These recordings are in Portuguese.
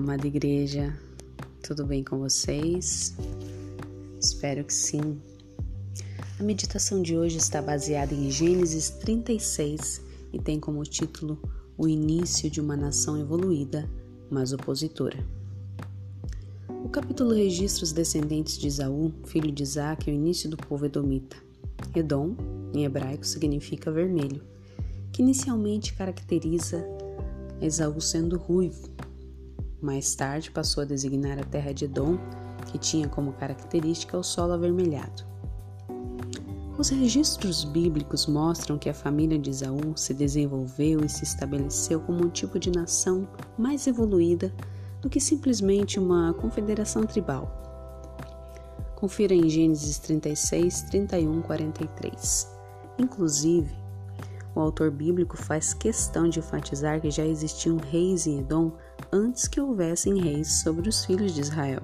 amada igreja, tudo bem com vocês? Espero que sim. A meditação de hoje está baseada em Gênesis 36 e tem como título O início de uma nação evoluída, mas opositora. O capítulo registra os descendentes de Esaú, filho de Isaque, e o início do povo edomita. Edom, em hebraico, significa vermelho, que inicialmente caracteriza Esaú sendo ruivo. Mais tarde passou a designar a terra de Edom, que tinha como característica o solo avermelhado. Os registros bíblicos mostram que a família de Esaú se desenvolveu e se estabeleceu como um tipo de nação mais evoluída do que simplesmente uma confederação tribal. Confira em Gênesis 36, 31, 43. Inclusive, o autor bíblico faz questão de enfatizar que já existiam reis em Edom antes que houvessem reis sobre os filhos de Israel.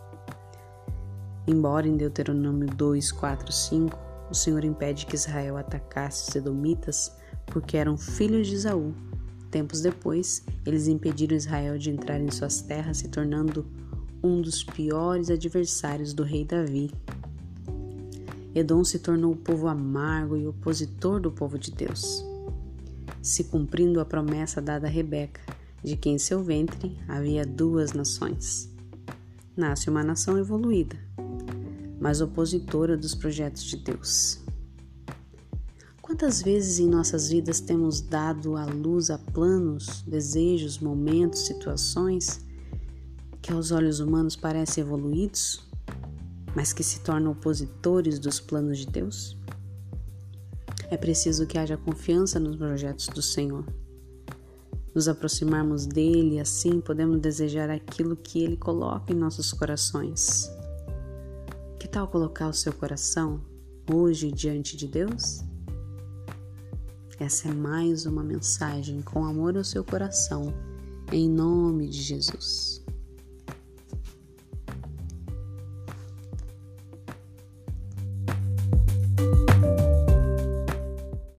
Embora em Deuteronômio 2, 4, 5, o Senhor impede que Israel atacasse os edomitas porque eram filhos de Esaú. Tempos depois, eles impediram Israel de entrar em suas terras, se tornando um dos piores adversários do rei Davi. Edom se tornou o povo amargo e opositor do povo de Deus, se cumprindo a promessa dada a Rebeca, de que em seu ventre havia duas nações. Nasce uma nação evoluída, mas opositora dos projetos de Deus. Quantas vezes em nossas vidas temos dado à luz a planos, desejos, momentos, situações que aos olhos humanos parecem evoluídos, mas que se tornam opositores dos planos de Deus? É preciso que haja confiança nos projetos do Senhor. Nos aproximarmos dele e assim podemos desejar aquilo que ele coloca em nossos corações. Que tal colocar o seu coração hoje diante de Deus? Essa é mais uma mensagem com amor ao seu coração, em nome de Jesus.